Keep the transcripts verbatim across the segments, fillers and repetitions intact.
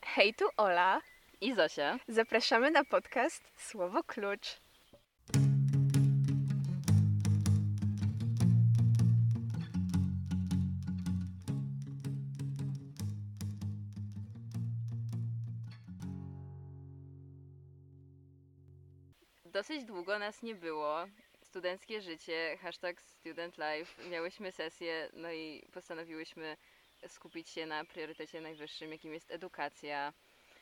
Hej, tu Ola i Zosia. Zapraszamy na podcast Słowo Klucz. Dosyć długo nas nie było. Studenckie życie, hashtag student life. Miałyśmy sesję, no i postanowiłyśmy skupić się na priorytecie najwyższym, jakim jest edukacja.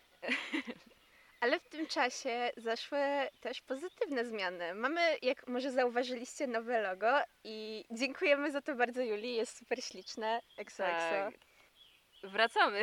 Ale w tym czasie zaszły też pozytywne zmiany. Mamy, jak może zauważyliście, nowe logo i dziękujemy za to bardzo Julii, jest super śliczne. Exo, Tak. exo. Wracamy.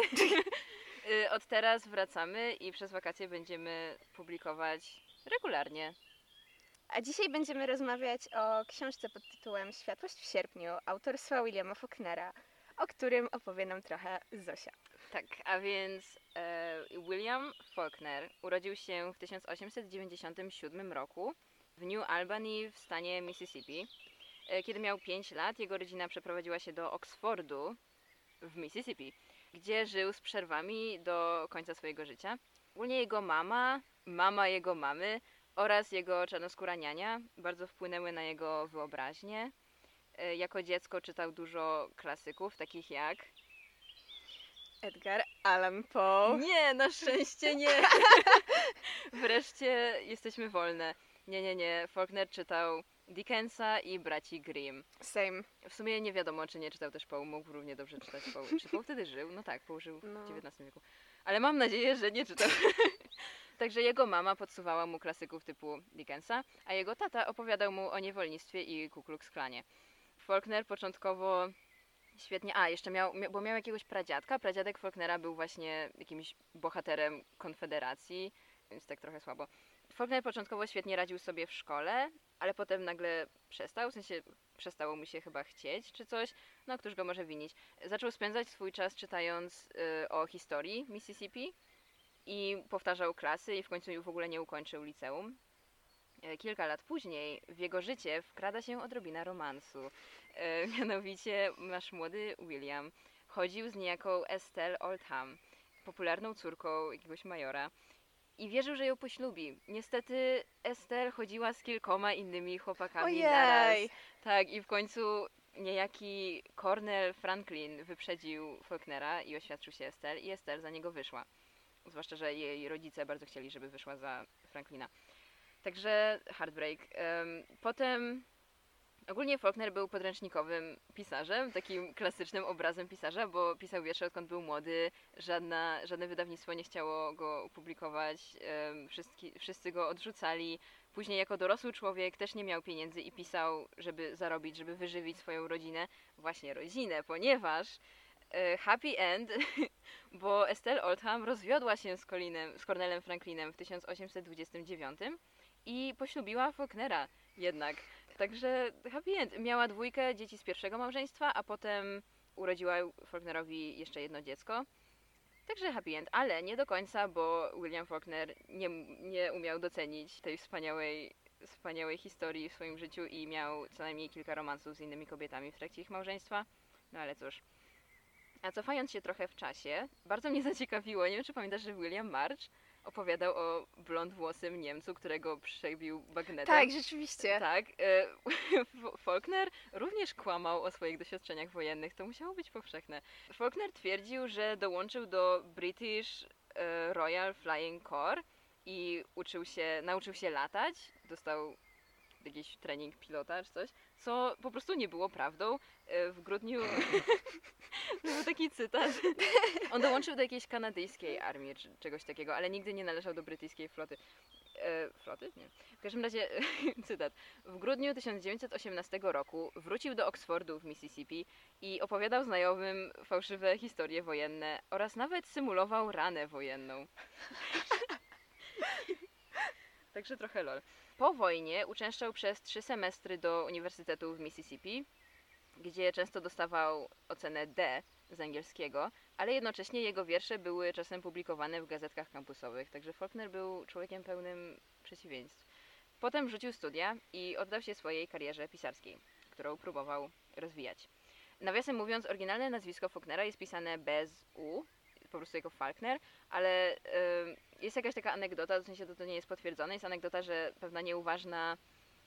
Od teraz wracamy i przez wakacje będziemy publikować regularnie. A dzisiaj będziemy rozmawiać o książce pod tytułem Światłość w sierpniu autorstwa Williama Faulknera, o którym opowie nam trochę Zosia. Tak, a więc e, William Faulkner urodził się w tysiąc osiemset dziewięćdziesiątym siódmym roku w New Albany w stanie Mississippi. E, kiedy miał pięć lat, jego rodzina przeprowadziła się do Oxfordu w Mississippi, gdzie żył z przerwami do końca swojego życia. Ogólnie jego mama, mama jego mamy oraz jego czarnoskóra niania bardzo wpłynęły na jego wyobraźnię. E, jako dziecko czytał dużo klasyków, takich jak Edgar Allan Poe. Nie, na szczęście nie. Wreszcie jesteśmy wolne. Nie, nie, nie. Faulkner czytał Dickensa i braci Grimm. Same. W sumie nie wiadomo, czy nie czytał też Poe. Mógł równie dobrze czytać Poe. Czy Poe wtedy żył? No tak, Poe żył No. w dziewiętnastym wieku. Ale mam nadzieję, że nie czytał. Także jego mama podsuwała mu klasyków typu Dickensa, a jego tata opowiadał mu o niewolnictwie i Ku Klux Klanie. Faulkner początkowo świetnie, a jeszcze miał, bo miał jakiegoś pradziadka, pradziadek Faulknera był właśnie jakimś bohaterem Konfederacji, więc tak trochę słabo. Faulkner początkowo świetnie radził sobie w szkole, ale potem nagle przestał, w sensie przestało mu się chyba chcieć czy coś, no któż go może winić. Zaczął spędzać swój czas czytając y, o historii Mississippi i powtarzał klasy i w końcu w ogóle nie ukończył liceum. Kilka lat później w jego życie wkrada się odrobina romansu. E, mianowicie nasz młody William chodził z niejaką Estelle Oldham, popularną córką jakiegoś majora, i wierzył, że ją poślubi. Niestety Estelle chodziła z kilkoma innymi chłopakami Ojej. naraz. Tak, i w końcu niejaki Cornell Franklin wyprzedził Faulknera i oświadczył się Estelle i Estelle za niego wyszła. Zwłaszcza, że jej rodzice bardzo chcieli, żeby wyszła za Franklina. Także heartbreak. Potem ogólnie Faulkner był podręcznikowym pisarzem, takim klasycznym obrazem pisarza, bo pisał wiersze odkąd był młody, żadna, żadne wydawnictwo nie chciało go opublikować, wszyscy, wszyscy go odrzucali. Później jako dorosły człowiek też nie miał pieniędzy i pisał, żeby zarobić, żeby wyżywić swoją rodzinę, właśnie rodzinę, ponieważ happy end, bo Estelle Oldham rozwiodła się z, Colinem, z Cornelem Franklinem w tysiąc osiemset dwudziestym dziewiątym i poślubiła Faulknera jednak. Także happy end. Miała dwójkę dzieci z pierwszego małżeństwa, a potem urodziła Faulknerowi jeszcze jedno dziecko. Także happy end, ale nie do końca, bo William Faulkner nie, nie umiał docenić tej wspaniałej, wspaniałej historii w swoim życiu i miał co najmniej kilka romansów z innymi kobietami w trakcie ich małżeństwa. No ale cóż. A cofając się trochę w czasie, bardzo mnie zaciekawiło, nie wiem czy pamiętasz, że William March opowiadał o blondwłosym Niemcu, którego przebił bagnetem. Tak, rzeczywiście. Tak. E, Faulkner również kłamał o swoich doświadczeniach wojennych, to musiało być powszechne. Faulkner twierdził, że dołączył do British e, Royal Flying Corps i uczył się, nauczył się latać, dostał jakiś trening pilota czy coś, co po prostu nie było prawdą. W grudniu to był taki cytat. On dołączył do jakiejś kanadyjskiej armii czy czegoś takiego, ale nigdy nie należał do brytyjskiej floty. E, floty? Nie. W każdym razie, cytat. W grudniu tysiąc dziewięćset osiemnastego roku wrócił do Oxfordu w Mississippi i opowiadał znajomym fałszywe historie wojenne oraz nawet symulował ranę wojenną. Także trochę lol. Po wojnie uczęszczał przez trzy semestry do Uniwersytetu w Mississippi, gdzie często dostawał ocenę D z angielskiego, ale jednocześnie jego wiersze były czasem publikowane w gazetkach kampusowych, także Faulkner był człowiekiem pełnym przeciwieństw. Potem rzucił studia i oddał się swojej karierze pisarskiej, którą próbował rozwijać. Nawiasem mówiąc, oryginalne nazwisko Faulknera jest pisane bez U, po prostu jako Faulkner, ale y, jest jakaś taka anegdota, w sensie to, to nie jest potwierdzone, jest anegdota, że pewna nieuważna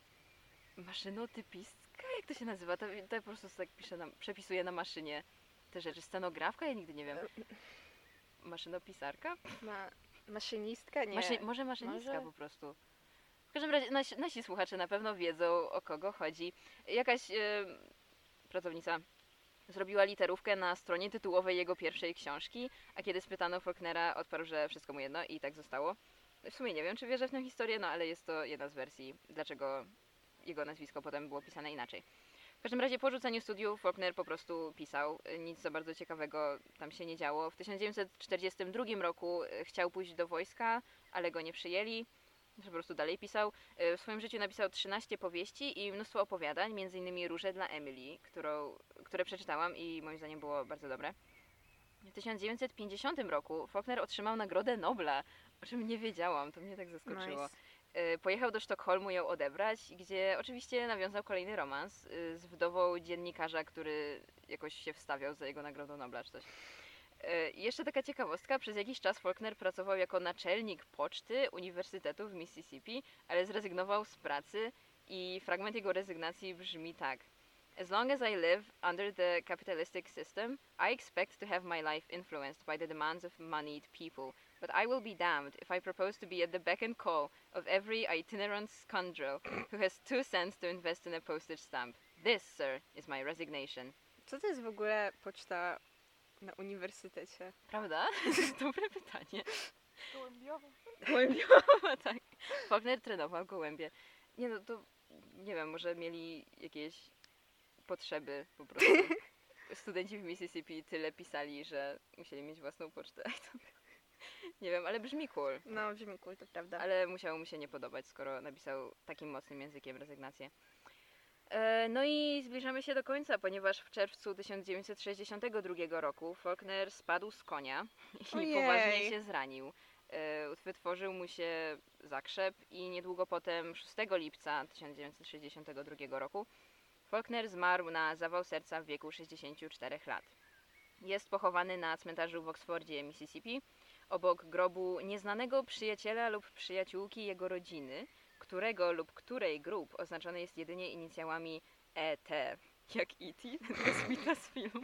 maszynotypistka, jak to się nazywa? To, to po prostu tak pisze na, przepisuje na maszynie te rzeczy. Scenografka? Ja nigdy nie wiem. Maszynopisarka? Ma, maszynistka? Nie. Maszy, może maszynistka Może? po prostu. W każdym razie nasi, nasi słuchacze na pewno wiedzą, o kogo chodzi. Jakaś y, pracownica zrobiła literówkę na stronie tytułowej jego pierwszej książki, a kiedy spytano Faulknera, odparł, że wszystko mu jedno i tak zostało. W sumie nie wiem, czy wierzę w tę historię, no ale jest to jedna z wersji, dlaczego jego nazwisko potem było pisane inaczej. W każdym razie po rzuceniu studiów Faulkner po prostu pisał, nic za bardzo ciekawego tam się nie działo. W tysiąc dziewięćset czterdziestym drugim roku chciał pójść do wojska, ale go nie przyjęli. Po prostu dalej pisał. W swoim życiu napisał trzynaście powieści i mnóstwo opowiadań, między innymi Róże dla Emily, którą, które przeczytałam i moim zdaniem było bardzo dobre. W tysiąc dziewięćset pięćdziesiątym roku Faulkner otrzymał Nagrodę Nobla, o czym nie wiedziałam, to mnie tak zaskoczyło. Nice. Pojechał do Sztokholmu ją odebrać, gdzie oczywiście nawiązał kolejny romans z wdową dziennikarza, który jakoś się wstawiał za jego Nagrodą Nobla czy coś. I jeszcze taka ciekawostka, przez jakiś czas Faulkner pracował jako naczelnik poczty Uniwersytetu w Mississippi, ale zrezygnował z pracy i fragment jego rezygnacji brzmi tak. As long as I live under the capitalistic system, I expect to have my life influenced by the demands of moneyed people. But I will be damned if I propose to be at the beck and call of every itinerant scoundrel who has two cents to invest in a postage stamp. This, sir, is my resignation. Co to jest w ogóle poczta na uniwersytecie? Prawda? Dobre pytanie. Gołębiowa. Gołębiowa, tak. Faulkner trenował gołębie. Nie no, to nie wiem, może mieli jakieś potrzeby po prostu. Studenci w Mississippi tyle pisali, że musieli mieć własną pocztę. Nie wiem, ale brzmi cool. No, brzmi cool, to prawda. Ale musiało mu się nie podobać, skoro napisał takim mocnym językiem rezygnację. E, no i zbliżamy się do końca, ponieważ w czerwcu tysiąc dziewięćset sześćdziesiątego drugiego roku Faulkner spadł z konia i Ojej. poważnie się zranił. E, wytworzył mu się zakrzep i niedługo potem, szóstego lipca tysiąc dziewięćset sześćdziesiątego drugiego roku, Faulkner zmarł na zawał serca w wieku sześćdziesięciu czterech lat. Jest pochowany na cmentarzu w Oxfordzie, Mississippi, obok grobu nieznanego przyjaciela lub przyjaciółki jego rodziny, którego lub której grób oznaczony jest jedynie inicjałami E T, jak E T, ten kosmita z filmu.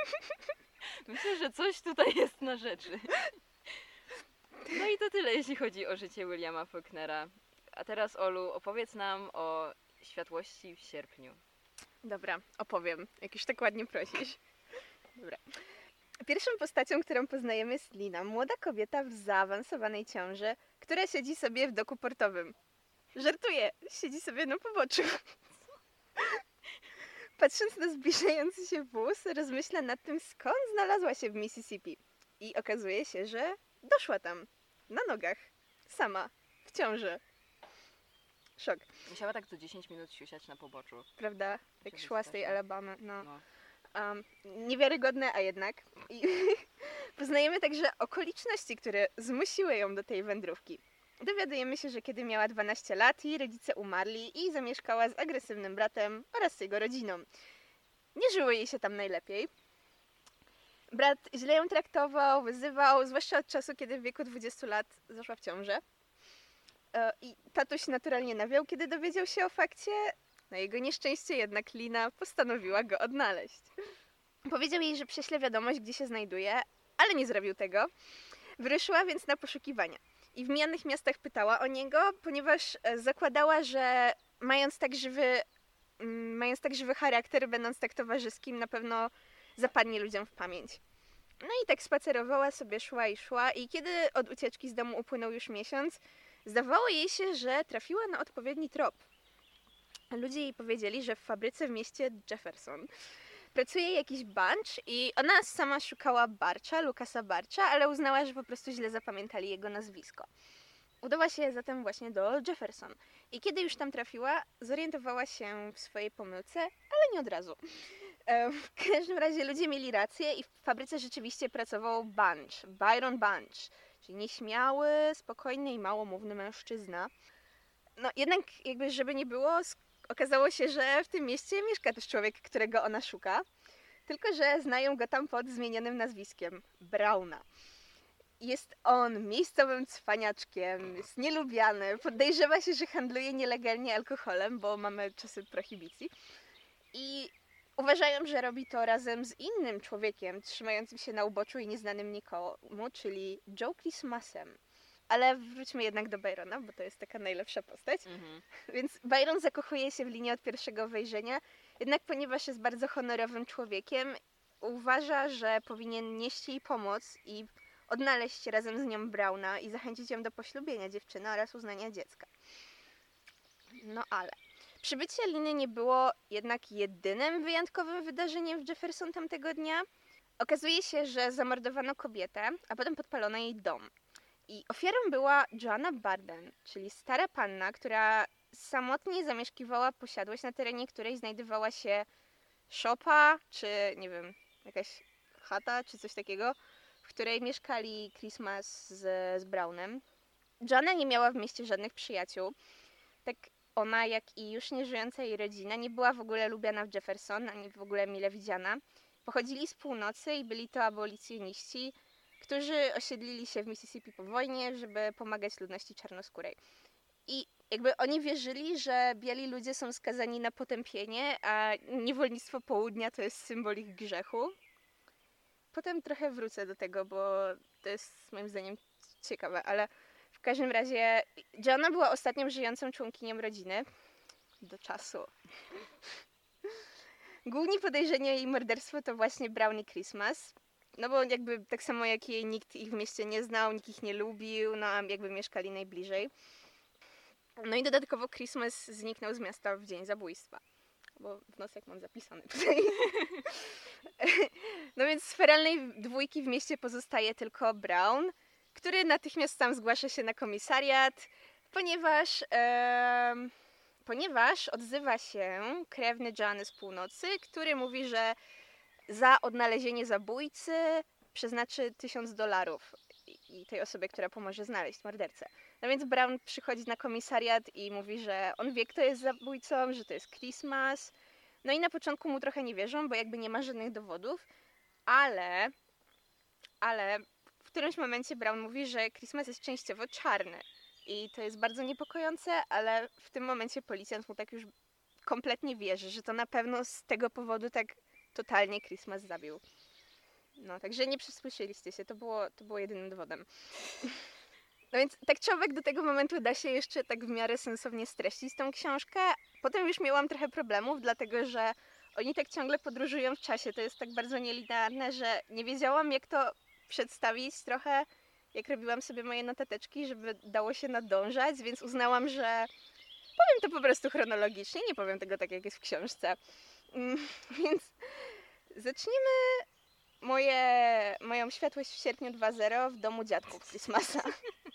Myślę, że coś tutaj jest na rzeczy. No i to tyle, jeśli chodzi o życie Williama Faulknera. A teraz, Olu, opowiedz nam o Światłości w sierpniu. Dobra, opowiem, jak już tak ładnie prosisz. Dobra. Pierwszą postacią, którą poznajemy, jest Lina, młoda kobieta w zaawansowanej ciąży, która siedzi sobie w doku portowym. Żartuję, siedzi sobie na poboczu. Patrząc na zbliżający się wóz, rozmyśla nad tym, skąd znalazła się w Mississippi. I okazuje się, że doszła tam, na nogach, sama, w ciąży. Szok, Musiała tak co dziesięć minut siusiać na poboczu. prawda? Jak Żeby szła z tej strasznie. Alabamy, no. No. Um, niewiarygodne, a jednak. I poznajemy także okoliczności, które zmusiły ją do tej wędrówki. Dowiadujemy się, że kiedy miała dwanaście lat, jej rodzice umarli i zamieszkała z agresywnym bratem oraz jego rodziną. Nie żyło jej się tam najlepiej. Brat źle ją traktował, wyzywał, zwłaszcza od czasu, kiedy w wieku dwudziestu lat zaszła w ciążę. E, I tatuś naturalnie nawiał, kiedy dowiedział się o fakcie. Na jego nieszczęście jednak Lina postanowiła go odnaleźć. Powiedział jej, że prześle wiadomość, gdzie się znajduje, ale nie zrobił tego. Wyruszyła więc na poszukiwania. I w mijanych miastach pytała o niego, ponieważ e, zakładała, że mając tak żywy, mm, mając tak żywy charakter, będąc tak towarzyskim, na pewno zapadnie ludziom w pamięć. No i tak spacerowała sobie, szła i szła i kiedy od ucieczki z domu upłynął już miesiąc, zdawało jej się, że trafiła na odpowiedni trop. Ludzie jej powiedzieli, że w fabryce w mieście Jefferson pracuje jakiś Bunch i ona sama szukała Barcha, Lucasa Barcha, ale uznała, że po prostu źle zapamiętali jego nazwisko. Udała się zatem właśnie do Jefferson i kiedy już tam trafiła, zorientowała się w swojej pomyłce, ale nie od razu. E, W każdym razie ludzie mieli rację i w fabryce rzeczywiście pracował Bunch, Byron Bunch, czyli nieśmiały, spokojny i małomówny mężczyzna. No jednak jakby żeby nie było, sk- okazało się, że w tym mieście mieszka też człowiek, którego ona szuka, tylko że znają go tam pod zmienionym nazwiskiem, Brauna. jest on miejscowym cwaniaczkiem, jest nielubiany, podejrzewa się, że handluje nielegalnie alkoholem, bo mamy czasy prohibicji. I uważają, że robi to razem z innym człowiekiem, trzymającym się na uboczu i nieznanym nikomu, czyli Joe Christmasem. Ale wróćmy jednak do Byrona, bo to jest taka najlepsza postać. Mhm. Więc Byron zakochuje się w Linie od pierwszego wejrzenia, jednak ponieważ jest bardzo honorowym człowiekiem, uważa, że powinien nieść jej pomoc i odnaleźć razem z nią Browna i zachęcić ją do poślubienia dziewczyny oraz uznania dziecka. No ale przybycie Liny nie było jednak jedynym wyjątkowym wydarzeniem w Jefferson tamtego dnia. Okazuje się, że zamordowano kobietę, a potem podpalono jej dom. I ofiarą była Joanna Barden, czyli stara panna, która samotnie zamieszkiwała posiadłość, na terenie której znajdowała się szopa, czy nie wiem, jakaś chata, czy coś takiego, w której mieszkali Christmas z, z Brownem. Joanna nie miała w mieście żadnych przyjaciół. Tak ona, jak i już nieżyjąca jej rodzina, nie była w ogóle lubiana w Jefferson, ani w ogóle mile widziana. Pochodzili z północy i byli to abolicjoniści, którzy osiedlili się w Mississippi po wojnie, żeby pomagać ludności czarnoskórej. I jakby oni wierzyli, że biali ludzie są skazani na potępienie, a niewolnictwo południa to jest symbol ich grzechu. Potem trochę wrócę do tego, bo to jest moim zdaniem ciekawe, ale w każdym razie Joanna była ostatnią żyjącą członkinią rodziny do czasu. Główni podejrzeni o jej morderstwo to właśnie Brown i Christmas. No bo jakby tak samo jak jej nikt ich w mieście nie znał, nikt ich nie lubił, no a jakby mieszkali najbliżej. No i dodatkowo Christmas zniknął z miasta w dzień zabójstwa. Bo w nosek mam zapisany tutaj. No więc z feralnej dwójki w mieście pozostaje tylko Brown, który natychmiast sam zgłasza się na komisariat, ponieważ, e, ponieważ odzywa się krewny Joanny z północy, który mówi, że za odnalezienie zabójcy przeznaczy tysiąc dolarów i tej osobie, która pomoże znaleźć mordercę. No więc Brown przychodzi na komisariat i mówi, że on wie, kto jest zabójcą, że to jest Christmas. No i na początku mu trochę nie wierzą, bo jakby nie ma żadnych dowodów, ale, ale w którymś momencie Brown mówi, że Christmas jest częściowo czarny. I to jest bardzo niepokojące, ale w tym momencie policjant mu tak już kompletnie wierzy, że to na pewno z tego powodu tak totalnie Christmas zabił. No, także nie przesłyszeliście się, to było, to było jedynym dowodem. No więc tak człowiek do tego momentu da się jeszcze tak w miarę sensownie streścić tą książkę. Potem już miałam trochę problemów, dlatego że oni tak ciągle podróżują w czasie. To jest tak bardzo nielinearne, że nie wiedziałam, jak to przedstawić trochę, jak robiłam sobie moje notateczki, żeby dało się nadążać, więc uznałam, że powiem to po prostu chronologicznie, nie powiem tego tak, jak jest w książce. Więc zacznijmy moje, moją światłość w sierpniu dwa zero w domu dziadków Christmasa.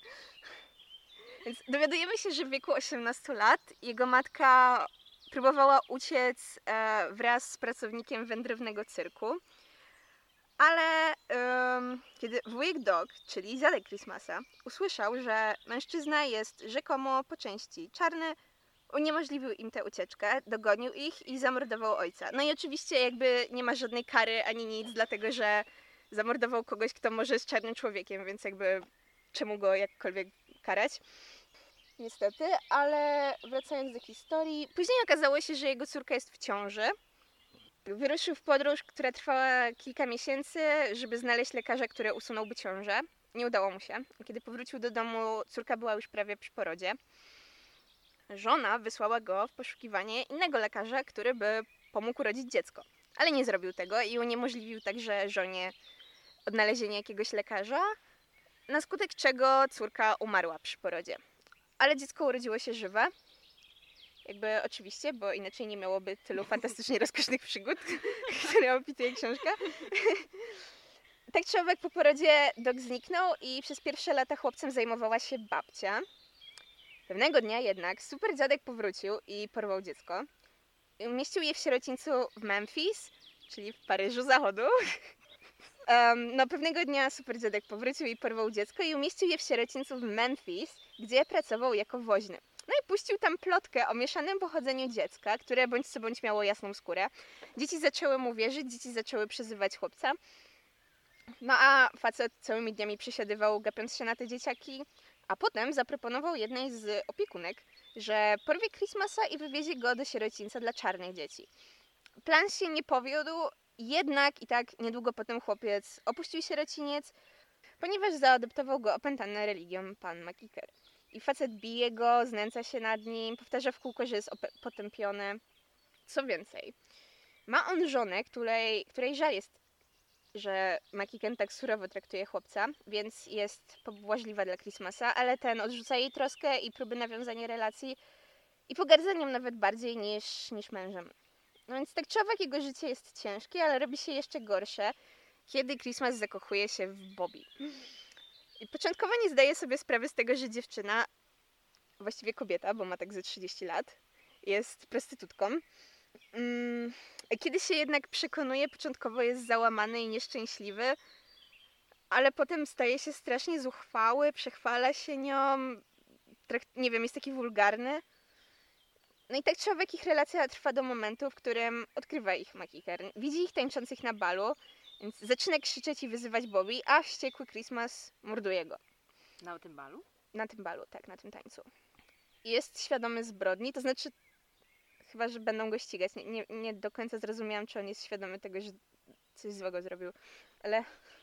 Więc dowiadujemy się, że w wieku osiemnastu lat jego matka próbowała uciec e, wraz z pracownikiem wędrownego cyrku, ale um, kiedy wujek Dog, czyli dziadek Christmasa, usłyszał, że mężczyzna jest rzekomo po części czarny, uniemożliwił im tę ucieczkę, dogonił ich i zamordował ojca. No i oczywiście jakby nie ma żadnej kary ani nic, dlatego że zamordował kogoś, kto może jest czarnym człowiekiem, więc jakby czemu go jakkolwiek karać? Niestety, ale wracając do historii, później okazało się, że jego córka jest w ciąży. Wyruszył w podróż, która trwała kilka miesięcy, żeby znaleźć lekarza, który usunąłby ciążę. Nie udało mu się. Kiedy powrócił do domu, córka była już prawie przy porodzie. Żona wysłała go w poszukiwanie innego lekarza, który by pomógł urodzić dziecko. Ale nie zrobił tego i uniemożliwił także żonie odnalezienie jakiegoś lekarza, na skutek czego córka umarła przy porodzie. Ale dziecko urodziło się żywe. Jakby oczywiście, bo inaczej nie miałoby tylu fantastycznie rozkosznych przygód, które opisuje książka. Tak czy owak po porodzie Dog zniknął i przez pierwsze lata chłopcem zajmowała się babcia. Pewnego dnia jednak super dziadek powrócił i porwał dziecko. Umieścił je w sierocińcu w Memphis, czyli w Paryżu Zachodu. Um, no pewnego dnia super dziadek powrócił i porwał dziecko i umieścił je w sierocińcu w Memphis, gdzie pracował jako woźny. No i puścił tam plotkę o mieszanym pochodzeniu dziecka, które bądź co bądź miało jasną skórę. Dzieci zaczęły mu wierzyć, dzieci zaczęły przyzywać chłopca. No a facet całymi dniami przesiadywał, gapiąc się na te dzieciaki, a potem zaproponował jednej z opiekunek, że porwie Christmasa i wywiezie go do sierocińca dla czarnych dzieci. Plan się nie powiódł, jednak i tak niedługo potem chłopiec opuścił sierociniec, ponieważ zaadoptował go opętany religią pan McKicker. I facet bije go, znęca się nad nim, powtarza w kółko, że jest ope- potępiony. Co więcej, ma on żonę, której, której żal jest, że McKicken tak surowo traktuje chłopca, więc jest pobłażliwa dla Christmasa, ale ten odrzuca jej troskę i próby nawiązania relacji i pogardza nią nawet bardziej niż, niż mężem. No więc tak czy owak jego życie jest ciężkie, ale robi się jeszcze gorsze, kiedy Christmas zakochuje się w Bobby. I początkowo nie zdaje sobie sprawy z tego, że dziewczyna, właściwie kobieta, bo ma tak ze trzydzieści lat, jest prostytutką. Mm, Kiedy się jednak przekonuje, początkowo jest załamany i nieszczęśliwy, ale potem staje się strasznie zuchwały, przechwala się nią, trakt, nie wiem, jest taki wulgarny. No i tak czy owak ich relacja trwa do momentu, w którym odkrywa ich McKicker. Widzi ich tańczących na balu, więc zaczyna krzyczeć i wyzywać Bobby, a wściekły Christmas morduje go. Na tym balu? Na tym balu, tak, na tym tańcu. Jest świadomy zbrodni, to znaczy chyba, że będą go ścigać. Nie, nie, nie do końca zrozumiałam, czy on jest świadomy tego, że coś złego zrobił, ale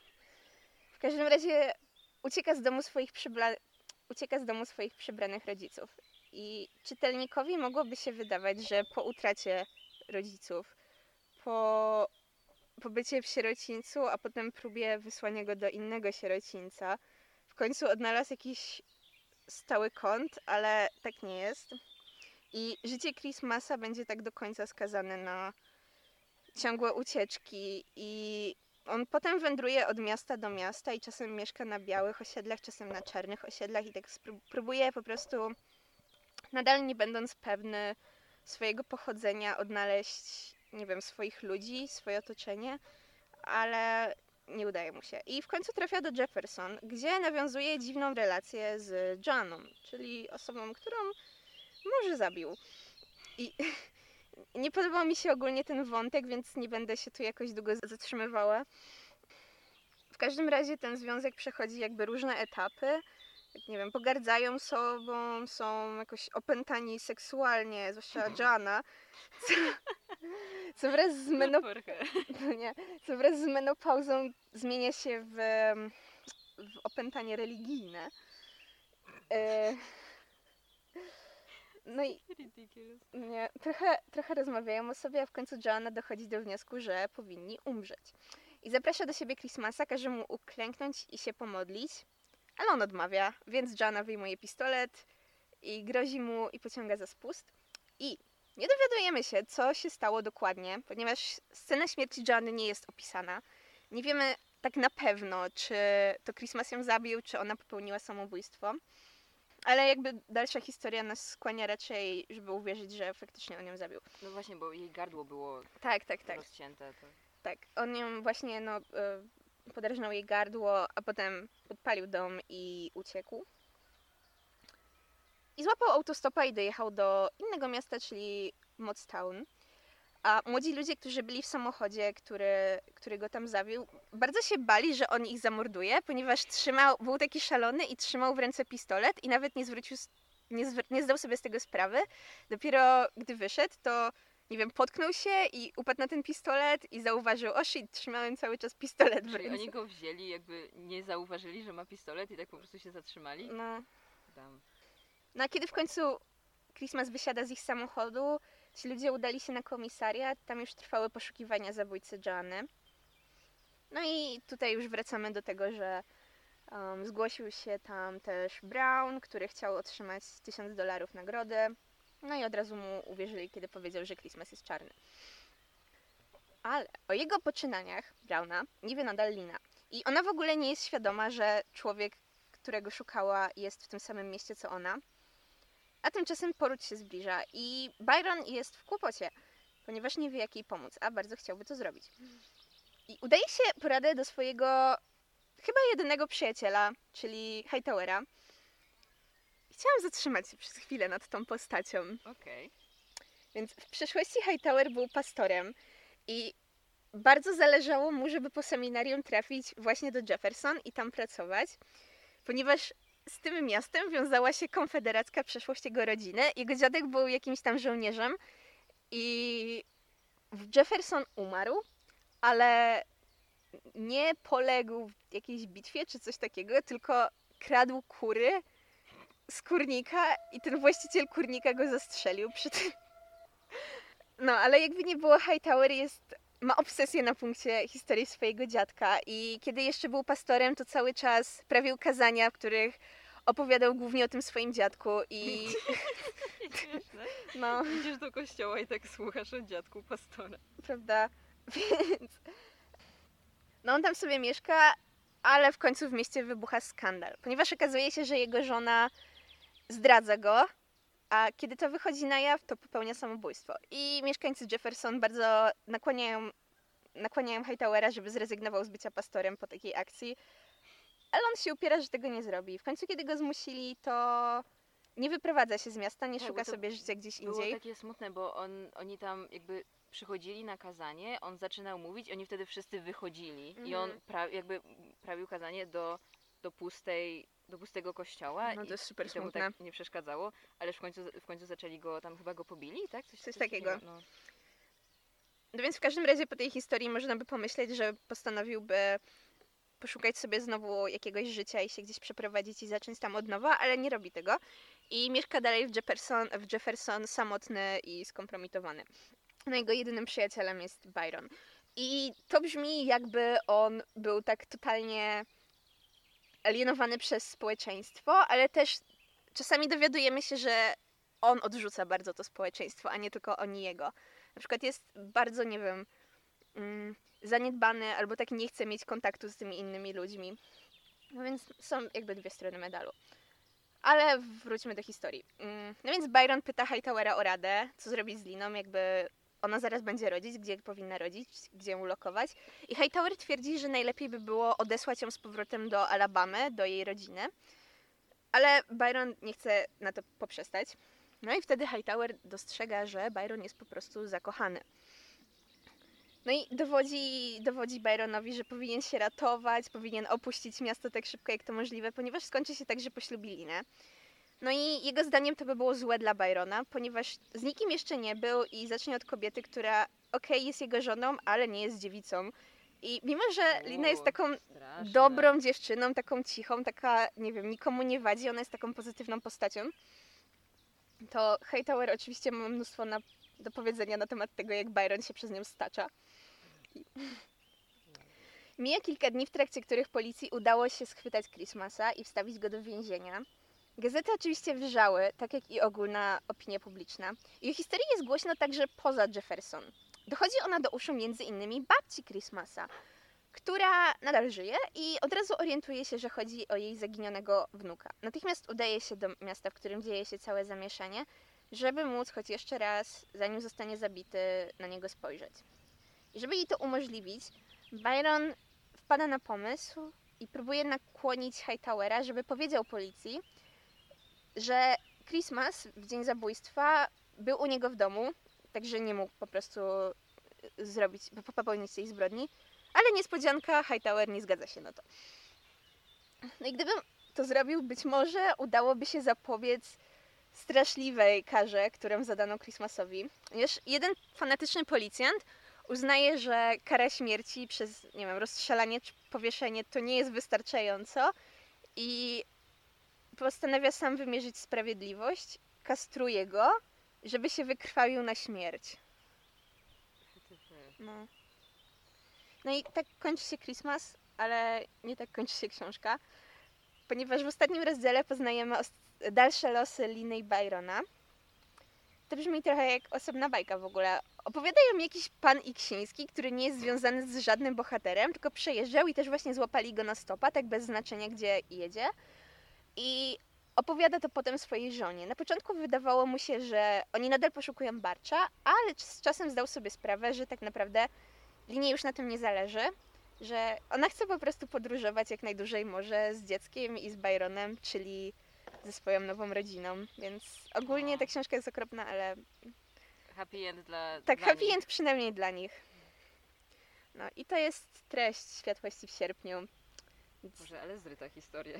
w każdym razie ucieka z domu swoich, przybla... ucieka z domu swoich przybranych rodziców. I czytelnikowi mogłoby się wydawać, że po utracie rodziców, po pobycie w sierocińcu, a potem próbie wysłania go do innego sierocińca, w końcu odnalazł jakiś stały kąt, ale tak nie jest. I życie Christmasa będzie tak do końca skazane na ciągłe ucieczki i on potem wędruje od miasta do miasta i czasem mieszka na białych osiedlach, czasem na czarnych osiedlach i tak spró- próbuje po prostu, nadal nie będąc pewny swojego pochodzenia, odnaleźć, nie wiem, swoich ludzi, swoje otoczenie, ale nie udaje mu się. I w końcu trafia do Jefferson, gdzie nawiązuje dziwną relację z Joanną, czyli osobą, którą może zabił. I nie podobał mi się ogólnie ten wątek, więc nie będę się tu jakoś długo zatrzymywała. W każdym razie ten związek przechodzi jakby różne etapy. Jak nie wiem, pogardzają sobą, są jakoś opętani seksualnie, zwłaszcza Joanna, co, co, wraz z menop- nie, co wraz z menopauzą zmienia się w, w opętanie religijne. E- No i nie, trochę, trochę rozmawiają o sobie, a w końcu Joanna dochodzi do wniosku, że powinni umrzeć. I zaprasza do siebie Christmasa, każe mu uklęknąć i się pomodlić, ale on odmawia, więc Joanna wyjmuje pistolet i grozi mu i pociąga za spust. I nie dowiadujemy się, co się stało dokładnie, ponieważ scena śmierci Joanny nie jest opisana. Nie wiemy tak na pewno, czy to Christmas ją zabił, czy ona popełniła samobójstwo. Ale jakby dalsza historia nas skłania raczej, żeby uwierzyć, że faktycznie on ją zabił. No właśnie, bo jej gardło było Tak, tak, tak. rozcięte. To... Tak, on ją właśnie no, y, podrażnął jej gardło, a potem podpalił dom i uciekł. I złapał autostopa i dojechał do innego miasta, czyli Mottstown. A młodzi ludzie, którzy byli w samochodzie, który, który go tam zabił, bardzo się bali, że on ich zamorduje, ponieważ trzymał, był taki szalony i trzymał w ręce pistolet i nawet nie zwrócił, nie, zw- nie zdał sobie z tego sprawy. Dopiero gdy wyszedł, to nie wiem, potknął się i upadł na ten pistolet i zauważył, o shit, trzymałem cały czas pistolet w Czyli ręce. oni go wzięli, jakby nie zauważyli, że ma pistolet i tak po prostu się zatrzymali? No. Tam. No a kiedy w końcu Christmas wysiada z ich samochodu, ci ludzie udali się na komisariat, tam już trwały poszukiwania zabójcy Joanny. No i tutaj już wracamy do tego, że um, zgłosił się tam też Brown, który chciał otrzymać tysiąc dolarów nagrody. No i od razu mu uwierzyli, kiedy powiedział, że Christmas jest czarny. Ale o jego poczynaniach Browna nie wie nadal Lina. I ona w ogóle nie jest świadoma, że człowiek, którego szukała, jest w tym samym mieście co ona. A tymczasem poród się zbliża i Byron jest w kłopocie, ponieważ nie wie, jak jej pomóc, a bardzo chciałby to zrobić. I udaje się poradę do swojego chyba jedynego przyjaciela, czyli Hightowera. Chciałam zatrzymać się przez chwilę nad tą postacią. Okej. Więc w przeszłości Hightower był pastorem i bardzo zależało mu, żeby po seminarium trafić właśnie do Jefferson i tam pracować, ponieważ z tym miastem wiązała się konfederacka przeszłość jego rodziny. Jego dziadek był jakimś tam żołnierzem i Jefferson umarł, ale nie poległ w jakiejś bitwie czy coś takiego, tylko kradł kury z kurnika i ten właściciel kurnika go zastrzelił przy tym. No, ale jakby nie było, Hightower jest, ma obsesję na punkcie historii swojego dziadka i kiedy jeszcze był pastorem, to cały czas prawił kazania, w których opowiadał głównie o tym swoim dziadku i... Śmieszne. No, Idziesz do kościoła i tak słuchasz o dziadku pastora. prawda? Więc... No on tam sobie mieszka, ale w końcu w mieście wybucha skandal, ponieważ okazuje się, że jego żona zdradza go, a kiedy to wychodzi na jaw, to popełnia samobójstwo. I mieszkańcy Jefferson bardzo nakłaniają, nakłaniają Hightowera, żeby zrezygnował z bycia pastorem po takiej akcji, ale on się upiera, że tego nie zrobi. W końcu, kiedy go zmusili, to nie wyprowadza się z miasta, nie Tak, szuka bo to sobie życia gdzieś Było indziej. takie smutne, bo on, oni tam jakby przychodzili na kazanie, on zaczynał mówić, oni wtedy wszyscy wychodzili i on Mhm. pra, jakby prawił kazanie do, do pustej, do pustego kościoła No to i, jest super i to mu smutne. tak nie przeszkadzało, ale w końcu, w końcu zaczęli go, tam chyba go pobili, tak? Coś takiego. No. No więc w każdym razie po tej historii można by pomyśleć, że postanowiłby poszukać sobie znowu jakiegoś życia i się gdzieś przeprowadzić i zacząć tam od nowa, ale nie robi tego. I mieszka dalej w Jefferson, w Jefferson samotny i skompromitowany. No jego jedynym przyjacielem jest Byron. I to brzmi, jakby on był tak totalnie alienowany przez społeczeństwo, ale też czasami dowiadujemy się, że on odrzuca bardzo to społeczeństwo, a nie tylko oni jego. Na przykład jest bardzo, nie wiem, mm, zaniedbany albo tak nie chce mieć kontaktu z tymi innymi ludźmi. No więc są jakby dwie strony medalu. Ale wróćmy do historii. Mm, No więc Byron pyta Hightowera o radę, co zrobić z Liną, jakby ona zaraz będzie rodzić, gdzie powinna rodzić, gdzie ją ulokować. I Hightower twierdzi, że najlepiej by było odesłać ją z powrotem do Alabamy, do jej rodziny. Ale Byron nie chce na to poprzestać. No i wtedy Hightower dostrzega, że Byron jest po prostu zakochany. No i dowodzi, dowodzi Byronowi, że powinien się ratować, powinien opuścić miasto tak szybko jak to możliwe, ponieważ skończy się tak, że poślubi Linę. No i jego zdaniem to by było złe dla Byrona, ponieważ z nikim jeszcze nie był i zacznie od kobiety, która okej, okay, jest jego żoną, ale nie jest dziewicą. I mimo, że Lina jest taką Straszne. dobrą dziewczyną, taką cichą, taka, nie wiem, nikomu nie wadzi, ona jest taką pozytywną postacią, to Hightower oczywiście ma mnóstwo na, do powiedzenia na temat tego, jak Byron się przez nią stacza. Mija kilka dni, w trakcie których policji udało się schwytać Christmasa i wstawić go do więzienia. Gazety oczywiście wrzały, tak jak i ogólna opinia publiczna. I o historii jest głośno także poza Jefferson. Dochodzi ona do uszu między innymi babci Christmasa, która nadal żyje i od razu orientuje się, że chodzi o jej zaginionego wnuka. Natychmiast udaje się do miasta, w którym dzieje się całe zamieszanie, żeby móc choć jeszcze raz, zanim zostanie zabity, na niego spojrzeć. I żeby jej to umożliwić, Byron wpada na pomysł i próbuje nakłonić Hightowera, żeby powiedział policji, że Christmas w dzień zabójstwa był u niego w domu, także nie mógł po prostu zrobić, popełnić tej zbrodni, ale niespodzianka, Hightower nie zgadza się na to. No i gdybym to zrobił, być może udałoby się zapobiec straszliwej karze, którą zadano Christmasowi. Ponieważ jeden fanatyczny policjant uznaje, że kara śmierci przez, nie wiem, rozstrzelanie czy powieszenie to nie jest wystarczająco i postanawia sam wymierzyć sprawiedliwość, kastruje go, żeby się wykrwawił na śmierć. No. No i tak kończy się Christmas, ale nie tak kończy się książka, ponieważ w ostatnim rozdziale poznajemy dalsze losy Liny i Byrona. To brzmi trochę jak osobna bajka w ogóle. Opowiadają mi jakiś pan Iksiński, który nie jest związany z żadnym bohaterem, tylko przejeżdżał i też właśnie złapali go na stopa, tak bez znaczenia gdzie jedzie. I opowiada to potem swojej żonie. Na początku wydawało mu się, że oni nadal poszukują Barcza, ale z czasem zdał sobie sprawę, że tak naprawdę Linie już na tym nie zależy, że ona chce po prostu podróżować jak najdłużej może z dzieckiem i z Byronem, czyli ze swoją nową rodziną, więc ogólnie ta książka jest okropna, ale Happy end dla tak, dla happy nich. end przynajmniej dla nich. No i to jest treść Światłości w sierpniu. Więc, Boże, ale zryta historia.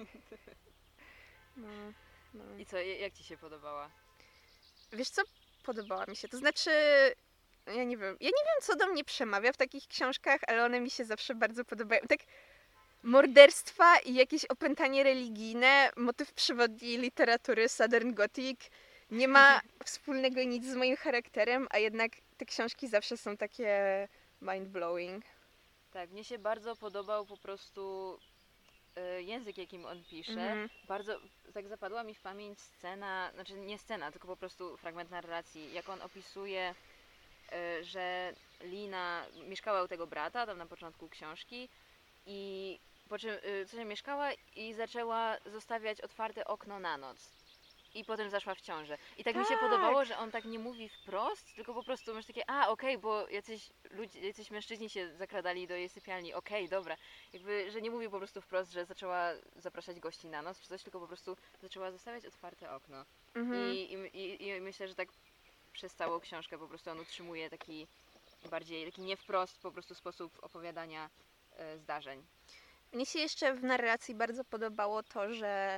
no, no. I co, j- jak ci się podobała? Wiesz co? Podobała mi się. To znaczy, ja nie wiem, ja nie wiem, co do mnie przemawia w takich książkach, ale one mi się zawsze bardzo podobają. Tak morderstwa i jakieś opętanie religijne, motyw przewodni literatury Southern Gothic, nie ma wspólnego nic z moim charakterem, a jednak te książki zawsze są takie mind-blowing. Tak, mnie się bardzo podobał po prostu e, język, jakim on pisze. Mhm. Bardzo, tak zapadła mi w pamięć scena, znaczy nie scena, tylko po prostu fragment narracji, jak on opisuje, e, że Lina mieszkała u tego brata, tam na początku książki, i po czym y, sobie mieszkała i zaczęła zostawiać otwarte okno na noc. I potem zaszła w ciążę. I tak, mi się Tak. podobało, że on tak nie mówi wprost, tylko po prostu masz takie, a okej, bo jacyś ludzie, jacyś mężczyźni się zakradali do jej sypialni, okej, dobra. Jakby, że nie mówi po prostu wprost, że zaczęła zapraszać gości na noc czy coś, tylko po prostu zaczęła zostawiać otwarte okno. Mhm. I, i, i, I myślę, że tak przez całą książkę po prostu on utrzymuje taki bardziej, taki nie wprost po prostu sposób opowiadania e, zdarzeń. Mnie się jeszcze w narracji bardzo podobało to, że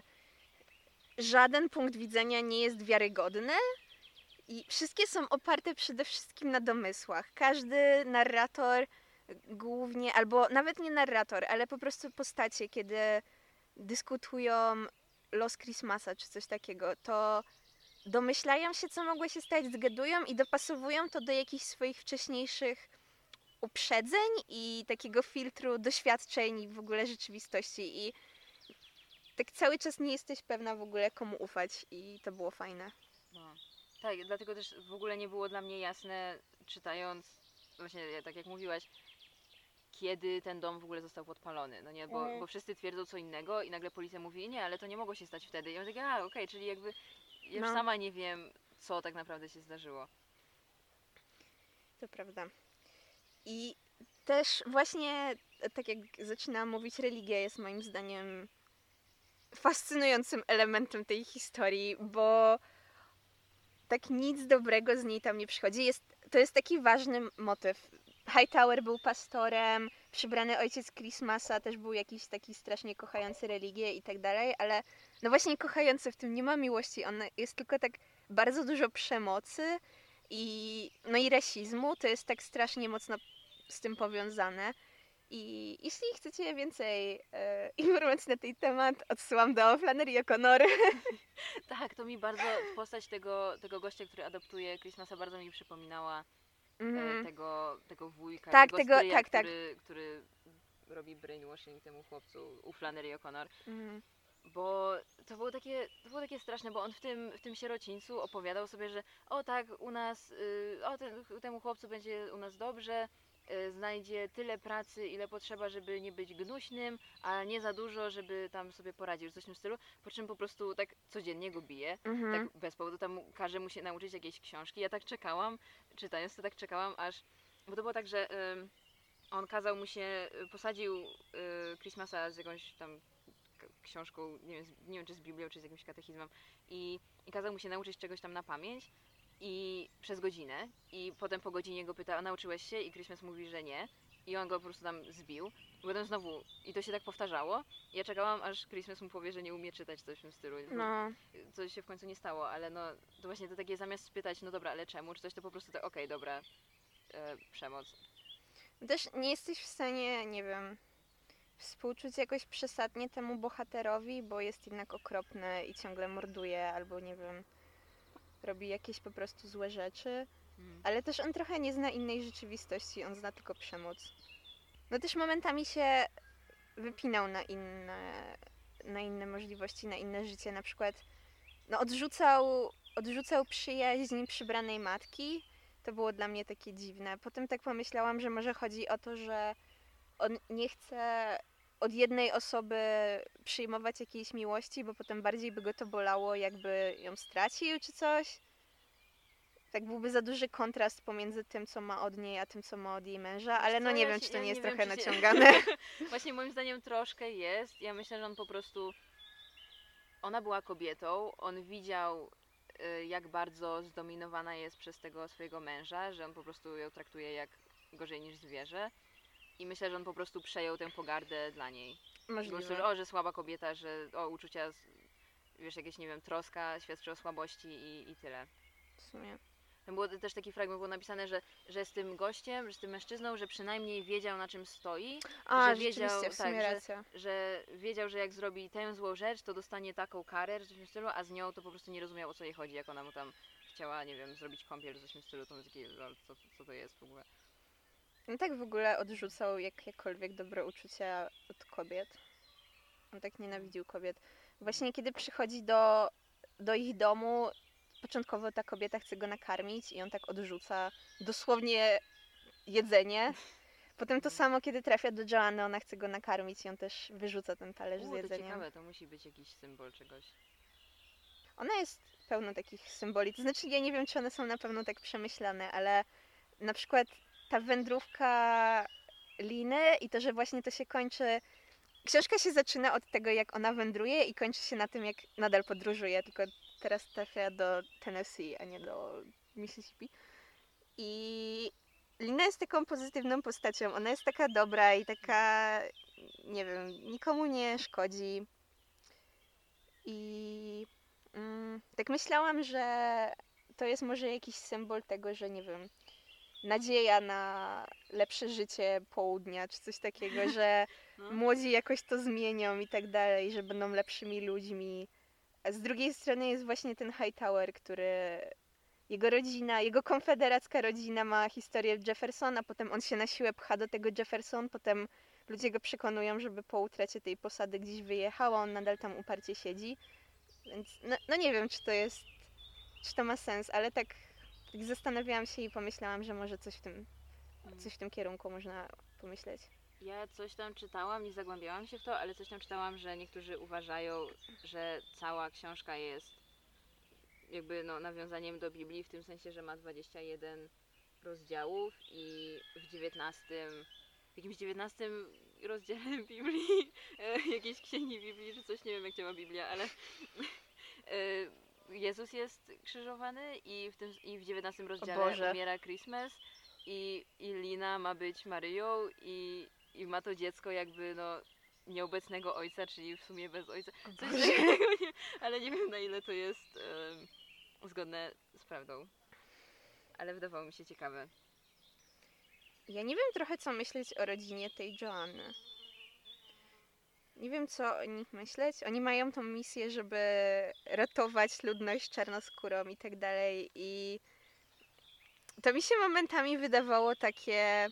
żaden punkt widzenia nie jest wiarygodny i wszystkie są oparte przede wszystkim na domysłach. Każdy narrator głównie, albo nawet nie narrator, ale po prostu postacie, kiedy dyskutują los Christmasa czy coś takiego, to domyślają się, co mogło się stać, zgadują i dopasowują to do jakichś swoich wcześniejszych uprzedzeń i takiego filtru doświadczeń i w ogóle rzeczywistości. I tak cały czas nie jesteś pewna w ogóle, komu ufać i to było fajne. No. Tak, dlatego też w ogóle nie było dla mnie jasne, czytając, właśnie tak jak mówiłaś, kiedy ten dom w ogóle został podpalony, no nie, bo, Mhm. bo wszyscy twierdzą co innego i nagle policja mówi, nie, ale to nie mogło się stać wtedy. I ja mówię, a okej, czyli jakby ja już No. sama nie wiem, co tak naprawdę się zdarzyło. To prawda. I też właśnie, tak jak zaczynałam mówić, religia jest moim zdaniem fascynującym elementem tej historii, bo tak nic dobrego z niej tam nie przychodzi. Jest, to jest taki ważny motyw. Hightower był pastorem, przybrany ojciec Christmasa też był jakiś taki strasznie kochający religię i tak dalej, ale no właśnie kochający, w tym nie ma miłości, on jest tylko tak bardzo dużo przemocy i no i rasizmu, to jest tak strasznie mocno z tym powiązane. I jeśli chcecie więcej e, informacji na ten temat, odsyłam do Flannery O'Connor. Tak, to mi bardzo, postać tego, tego gościa, który adoptuje Christmasa, bardzo mi przypominała e, Mhm. tego, tego wujka, Tak, tego, tego- stryja, tak, tak. który, który robi brainwashing temu chłopcu u Flannery O'Connor. Mhm. Bo to było takie, to było takie straszne, bo on w tym, w tym sierocińcu opowiadał sobie, że o tak, u nas, y, o ten, temu chłopcu będzie u nas dobrze, y, znajdzie tyle pracy, ile potrzeba, żeby nie być gnuśnym, a nie za dużo, żeby tam sobie poradził, coś w tym stylu, po czym po prostu tak codziennie go bije, Mhm. tak bez powodu, tam każe mu się nauczyć jakiejś książki. Ja tak czekałam, czytając to tak czekałam, aż, bo to było tak, że ym, on kazał mu się, y, posadził y, Christmasa z jakąś tam k- książką, nie wiem, z, nie wiem czy z Biblią, czy z jakimś katechizmem i, i kazał mu się nauczyć czegoś tam na pamięć i przez godzinę i potem po godzinie go pyta, a nauczyłeś się? I Christmas mówi, że nie i on go po prostu tam zbił i potem znowu, i to się tak powtarzało i ja czekałam, aż Christmas mu powie, że nie umie czytać, coś w tym stylu. No. Co się w końcu nie stało, ale no to właśnie to takie zamiast spytać, no dobra, ale czemu, czy coś, to po prostu tak, okej, dobra, e, przemoc. Też nie jesteś w stanie, nie wiem, współczuć jakoś przesadnie temu bohaterowi, bo jest jednak okropny i ciągle morduje, albo nie wiem, robi jakieś po prostu złe rzeczy. Mm. Ale też on trochę nie zna innej rzeczywistości, on zna tylko przemoc. No też momentami się wypinał na inne, na inne możliwości, na inne życie. Na przykład no odrzucał, odrzucał przyjaźń przybranej matki. To było dla mnie takie dziwne. Potem tak pomyślałam, że może chodzi o to, że on nie chce od jednej osoby przyjmować jakiejś miłości, bo potem bardziej by go to bolało, jakby ją stracił czy coś. Tak byłby za duży kontrast pomiędzy tym, co ma od niej, a tym, co ma od jej męża, ale no co, nie ja wiem, się- czy to ja nie jest nie wiem, trochę czy się- naciągane. Właśnie moim zdaniem troszkę jest. Ja myślę, że on po prostu. Ona była kobietą, on widział, y, jak bardzo zdominowana jest przez tego swojego męża, że on po prostu ją traktuje jak gorzej niż zwierzę. I myślę, że on po prostu przejął tę pogardę dla niej. Po prostu, Możliwe. że, o, że słaba kobieta, że o, uczucia, wiesz, jakieś, nie wiem, troska świadczy o słabości i, i tyle. W sumie. Tam było też taki fragment, było napisane, że, że z tym gościem, że z tym mężczyzną, że przynajmniej wiedział, na czym stoi. A, że wiedział, rzeczywiście, w sumie tak, racja. że, że wiedział, że jak zrobi tę złą rzecz, to dostanie taką karę, że coś w tym stylu, a z nią to po prostu nie rozumiał, o co jej chodzi, jak ona mu tam chciała, nie wiem, zrobić kąpiel, coś w tym stylu, to taki, lol, co, co to jest w ogóle. On tak w ogóle odrzucał jakiekolwiek dobre uczucia od kobiet. On tak nienawidził kobiet. Właśnie kiedy przychodzi do, do ich domu, początkowo ta kobieta chce go nakarmić i on tak odrzuca dosłownie jedzenie. Potem to samo, kiedy trafia do Joanny, ona chce go nakarmić i on też wyrzuca ten talerz U, z to jedzeniem. ciekawe, to musi być jakiś symbol czegoś. Ona jest pełna takich symboli. To znaczy, ja nie wiem, czy one są na pewno tak przemyślane, ale na przykład ta wędrówka Liny i to, że właśnie to się kończy. Książka się zaczyna od tego, jak ona wędruje i kończy się na tym, jak nadal podróżuje, tylko teraz trafia do Tennessee, a nie do Mississippi. I Lina jest taką pozytywną postacią. Ona jest taka dobra i taka, nie wiem, nikomu nie szkodzi. I mm, tak myślałam, że to jest może jakiś symbol tego, że nie wiem, nadzieja na lepsze życie południa, czy coś takiego, że No. młodzi jakoś to zmienią i tak dalej, że będą lepszymi ludźmi. A z drugiej strony jest właśnie ten Hightower, który jego rodzina, jego konfederacka rodzina ma historię Jeffersona, potem on się na siłę pcha do tego Jefferson, potem ludzie go przekonują, żeby po utracie tej posady gdzieś wyjechał, a on nadal tam uparcie siedzi. Więc no, no nie wiem, czy to jest, czy to ma sens, ale tak, tak zastanawiałam się i pomyślałam, że może coś w tym, coś w tym kierunku można pomyśleć. Ja coś tam czytałam, nie zagłębiałam się w to, ale coś tam czytałam, że niektórzy uważają, że cała książka jest jakby no, nawiązaniem do Biblii, w tym sensie, że ma dwadzieścia jeden rozdziałów i w dziewiętnastym, w jakimś dziewiętnastym rozdziale Biblii, e, jakiejś księgi Biblii, czy coś, nie wiem jak działa Biblia, ale e, Jezus jest krzyżowany i w, tym, i w dziewiętnastym rozdziale umiera Christmas i, i Lina ma być Maryją i, i ma to dziecko jakby no nieobecnego ojca, czyli w sumie bez ojca. Coś takiego, nie, ale nie wiem na ile to jest um, zgodne z prawdą. Ale wydawało mi się ciekawe. Ja nie wiem trochę co myśleć o rodzinie tej Joanny. Nie wiem co o nich myśleć. Oni mają tą misję, żeby ratować ludność czarnoskórą i tak dalej i to mi się momentami wydawało takie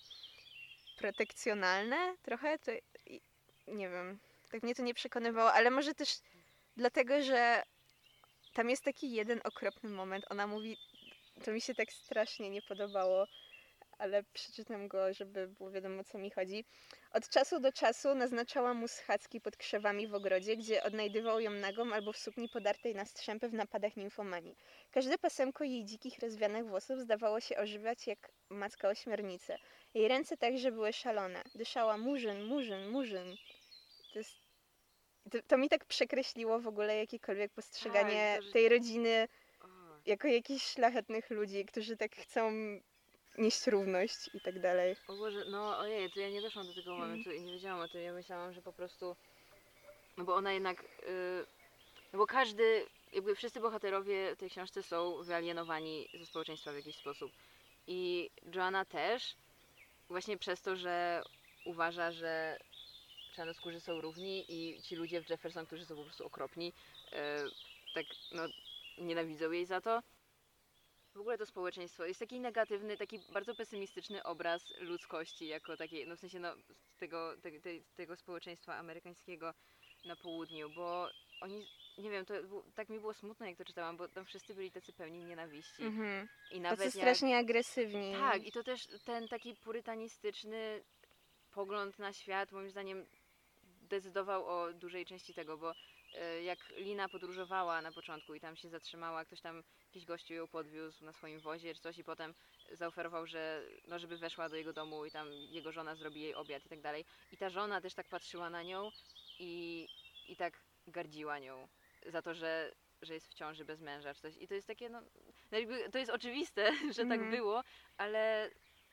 protekcjonalne trochę. To, nie wiem, tak mnie to nie przekonywało, ale może też dlatego, że tam jest taki jeden okropny moment. Ona mówi, to mi się tak strasznie nie podobało, ale przeczytam go, żeby było wiadomo, o co mi chodzi. Od czasu do czasu naznaczała mu schadzki pod krzewami w ogrodzie, gdzie odnajdywał ją nagą albo w sukni podartej na strzępy w napadach nimfomanii. Każde pasemko jej dzikich, rozwianych włosów zdawało się ożywiać jak macka ośmiornicy. Jej ręce także były szalone. Dyszała murzyn, murzyn, murzyn. To jest... To, to mi tak przekreśliło w ogóle jakiekolwiek postrzeganie tak, że... tej rodziny o. jako jakichś szlachetnych ludzi, którzy tak chcą nieść równość i tak dalej. O Boże, no ojej, to ja nie doszłam do tego momentu i nie wiedziałam o tym. Ja myślałam, że po prostu, no bo ona jednak, yy, no bo każdy, jakby wszyscy bohaterowie w tej książce są wyalienowani ze społeczeństwa w jakiś sposób. I Joanna też, właśnie przez to, że uważa, że czarnoskórzy są równi i ci ludzie w Jefferson, którzy są po prostu okropni, yy, tak no nienawidzą jej za to. W ogóle to społeczeństwo jest taki negatywny, taki bardzo pesymistyczny obraz ludzkości jako takiej, no w sensie no, tego, te, te, tego społeczeństwa amerykańskiego na południu, bo oni, nie wiem, to tak mi było smutno jak to czytałam, bo tam wszyscy byli tacy pełni nienawiści. Mhm. I nawet tacy jak... strasznie agresywni. Tak, i to też ten taki purytanistyczny pogląd na świat moim zdaniem decydował o dużej części tego, bo jak Lina podróżowała na początku i tam się zatrzymała, ktoś tam, jakiś gościu ją podwiózł na swoim wozie czy coś i potem zaoferował, że no żeby weszła do jego domu i tam jego żona zrobi jej obiad i tak dalej. I ta żona też tak patrzyła na nią i, i tak gardziła nią za to, że, że jest w ciąży bez męża czy coś. I to jest takie, no, no jakby, to jest oczywiste, że Mhm. tak było, ale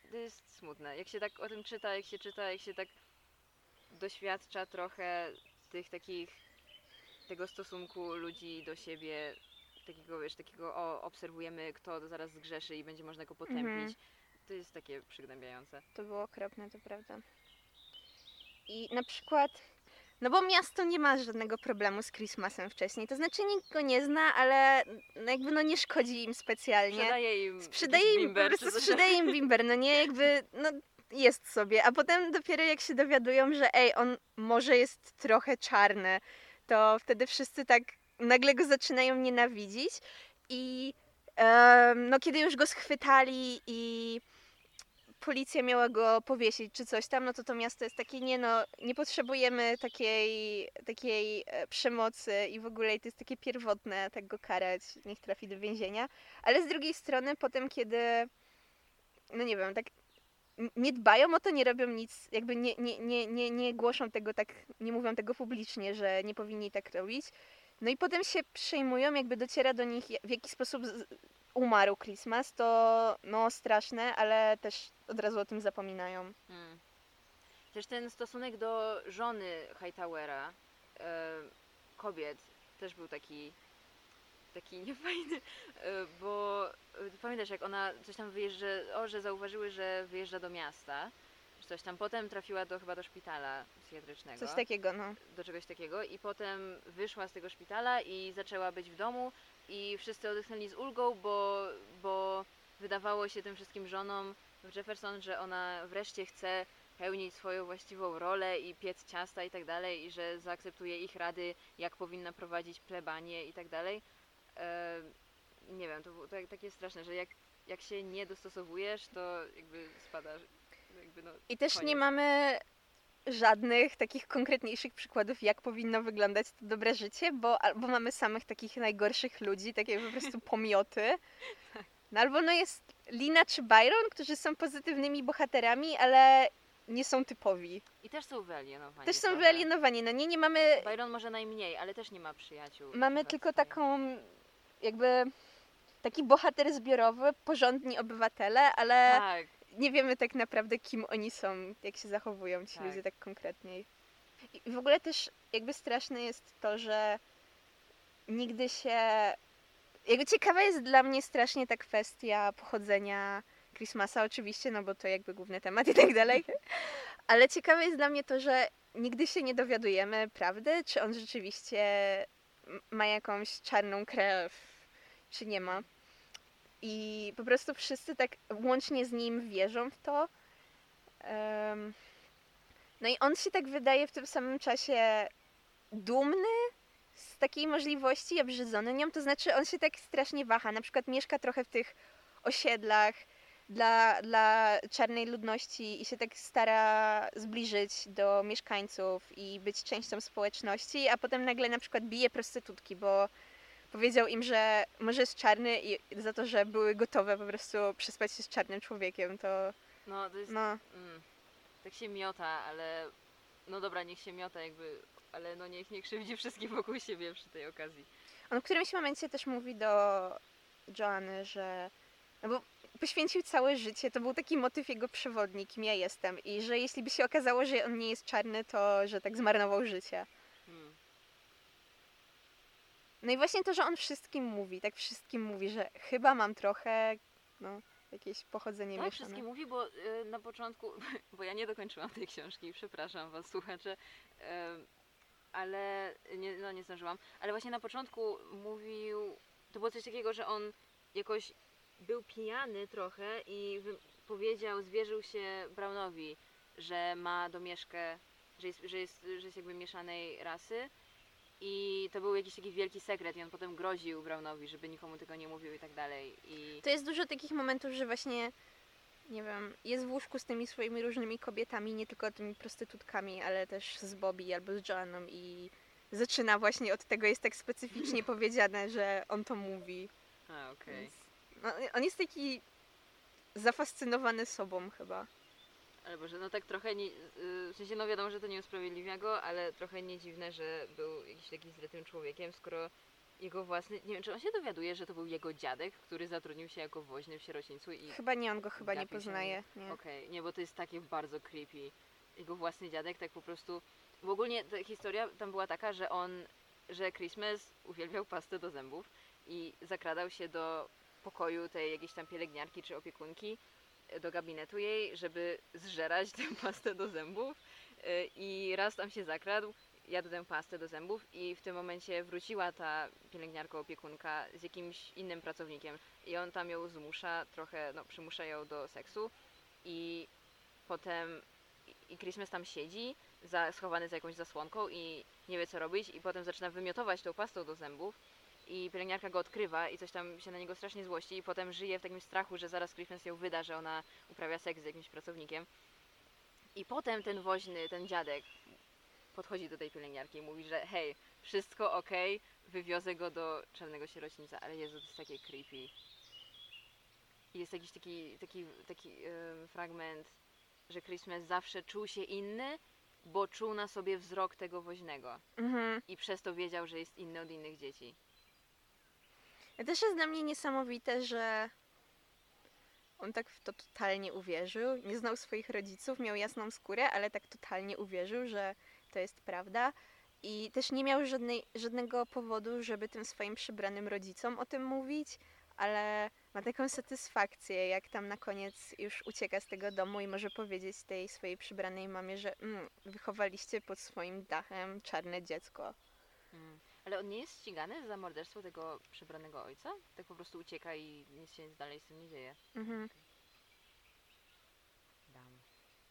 to jest smutne. Jak się tak o tym czyta, jak się czyta, jak się tak doświadcza trochę tych takich, tego stosunku ludzi do siebie, takiego, wiesz, takiego, o, obserwujemy, kto zaraz zgrzeszy i będzie można go potępić. Mhm. To jest takie przygnębiające. To było okropne, to prawda. I na przykład, no bo miasto nie ma żadnego problemu z Christmasem wcześniej, to znaczy nikt go nie zna, ale no jakby no nie szkodzi im specjalnie. Sprzedaje im Sprzedaje jakiś im, po bimber, prostu czy coś. sprzedaje im bimber, no nie, jakby, no jest sobie, a potem dopiero jak się dowiadują, że ej, on może jest trochę czarny, to wtedy wszyscy tak nagle go zaczynają nienawidzić i em, no kiedy już go schwytali i policja miała go powiesić czy coś tam, no to to miasto jest takie, nie no, nie potrzebujemy takiej, takiej e, przemocy i w ogóle to jest takie pierwotne, tak go karać, niech trafi do więzienia. Ale z drugiej strony potem, kiedy, no nie wiem, tak n- nie dbają o to, nie robią nic, jakby nie, nie, nie, nie, nie głoszą tego tak, nie mówią tego publicznie, że nie powinni tak robić. No i potem się przejmują, jakby dociera do nich, w jaki sposób z- umarł Christmas, to no straszne, ale też od razu o tym zapominają. Hmm. Też ten stosunek do żony Hightowera, e, kobiet, też był taki taki niefajny, e, bo e, pamiętasz, jak ona coś tam wyjeżdża, o, że zauważyły, że wyjeżdża do miasta, czy coś tam, potem trafiła do chyba do szpitala psychiatrycznego. Coś takiego, no. Do czegoś takiego i potem wyszła z tego szpitala i zaczęła być w domu i wszyscy odetchnęli z ulgą, bo, bo wydawało się tym wszystkim żonom w Jefferson, że ona wreszcie chce pełnić swoją właściwą rolę i piec ciasta i tak dalej i że zaakceptuje ich rady, jak powinna prowadzić plebanię i tak dalej. E, nie wiem, to było tak, takie straszne, że jak, jak się nie dostosowujesz, to jakby spadasz. Jakby no, I też koniec. nie mamy żadnych takich konkretniejszych przykładów, jak powinno wyglądać to dobre życie, bo albo mamy samych takich najgorszych ludzi, takie po prostu pomioty, no albo no jest Lina czy Byron, którzy są pozytywnymi bohaterami, ale nie są typowi. I też są wyalienowani. Też są trochę. wyalienowani, no nie, nie mamy, Byron może najmniej, ale też nie ma przyjaciół. mamy chyba tylko swoich. taką jakby taki bohater zbiorowy, porządni obywatele, ale Tak, nie wiemy tak naprawdę, kim oni są, jak się zachowują ci Tak. ludzie tak konkretniej. I w ogóle też jakby straszne jest to, że nigdy się... Jakby ciekawa jest dla mnie strasznie ta kwestia pochodzenia Christmasa oczywiście, no bo to jakby główny temat i tak dalej. Ale ciekawe jest dla mnie to, że nigdy się nie dowiadujemy prawdy, czy on rzeczywiście m- ma jakąś czarną krew, czy nie ma. I po prostu wszyscy tak łącznie z nim wierzą w to. Em, No i on się tak wydaje w tym samym czasie dumny z takiej możliwości i obrzydzony nią. To znaczy on się tak strasznie waha. Na przykład mieszka trochę w tych osiedlach dla, dla czarnej ludności i się tak stara zbliżyć do mieszkańców i być częścią społeczności, a potem nagle na przykład bije prostytutki, bo powiedział im, że może jest czarny i za to, że były gotowe po prostu przespać się z czarnym człowiekiem, to no to jest... no, Mm, tak się miota, ale... No dobra, niech się miota jakby... Ale no niech nie krzywdzi wszystkich wokół siebie przy tej okazji. on w którymś momencie też mówi do Joanny, że no bo poświęcił całe życie, to był taki motyw jego przewodni, kim ja jestem i że jeśli by się okazało, że on nie jest czarny, to że tak zmarnował życie. Hmm. No i właśnie to, że on wszystkim mówi, tak wszystkim mówi, że chyba mam trochę, no, jakieś pochodzenie Tak, mieszane. wszystkim mówi, bo y, na początku... Bo ja nie dokończyłam tej książki, przepraszam was słuchacze. Y, ale nie, no nie zdążyłam. Ale właśnie na początku mówił... To było coś takiego, że on jakoś był pijany trochę i wy, powiedział, zwierzył się Brownowi, że ma domieszkę, że jest, że, jest, że jest jakby mieszanej rasy. I to był jakiś taki wielki sekret i on potem groził Brownowi, żeby nikomu tego nie mówił i tak dalej. I To jest dużo takich momentów, że właśnie, nie wiem, jest w łóżku z tymi swoimi różnymi kobietami, nie tylko tymi prostytutkami, ale też z Bobby albo z Joanną i zaczyna właśnie od tego, jest tak specyficznie powiedziane, że on to mówi. A, okej. Więc, no, on jest taki zafascynowany sobą chyba. Ale Boże, no tak trochę nie... y, W sensie, no wiadomo, że to nie usprawiedliwia go, ale trochę nie dziwne, że był jakiś taki zrytym człowiekiem, skoro Jego własny, nie wiem, czy on się dowiaduje, że to był jego dziadek, który zatrudnił się jako woźny w sierocińcu i... Chyba nie, on go chyba nie gapił się poznaje. Nie. Okej, okay. Nie, bo to jest takie bardzo creepy. Jego własny dziadek tak po prostu... W ogóle ta historia tam była taka, że on, że Christmas uwielbiał pastę do zębów i zakradał się do pokoju tej jakiejś tam pielęgniarki czy opiekunki, do gabinetu jej, żeby zżerać tę pastę do zębów. I raz tam się zakradł, jadł tę pastę do zębów i w tym momencie wróciła ta pielęgniarka opiekunka z jakimś innym pracownikiem i on tam ją zmusza, trochę, no przymusza ją do seksu i potem i Christmas tam siedzi, za, schowany za jakąś zasłonką i nie wie co robić i potem zaczyna wymiotować tą pastą do zębów i pielęgniarka go odkrywa i coś tam się na niego strasznie złości i potem żyje w takim strachu, że zaraz Christmas ją wyda, że ona uprawia seks z jakimś pracownikiem. I potem ten woźny, ten dziadek podchodzi do tej pielęgniarki i mówi, że hej, wszystko okej, okay, wywiozę go do czarnego sierocińca, ale Jezu, to jest takie creepy. I jest jakiś taki, taki, taki yy, fragment, że Christmas zawsze czuł się inny, bo czuł na sobie wzrok tego woźnego. Mhm. I przez to wiedział, że jest inny od innych dzieci. To też jest dla mnie niesamowite, że on tak w to totalnie uwierzył. Nie znał swoich rodziców, miał jasną skórę, ale tak totalnie uwierzył, że to jest prawda. I też nie miał żadnej, żadnego powodu, żeby tym swoim przybranym rodzicom o tym mówić, ale ma taką satysfakcję, jak tam na koniec już ucieka z tego domu i może powiedzieć tej swojej przybranej mamie, że mm, wychowaliście pod swoim dachem czarne dziecko. Hmm. Ale on nie jest ścigany za morderstwo tego przybranego ojca? Tak po prostu ucieka i nic się dalej z tym nie dzieje. Mhm. Dam.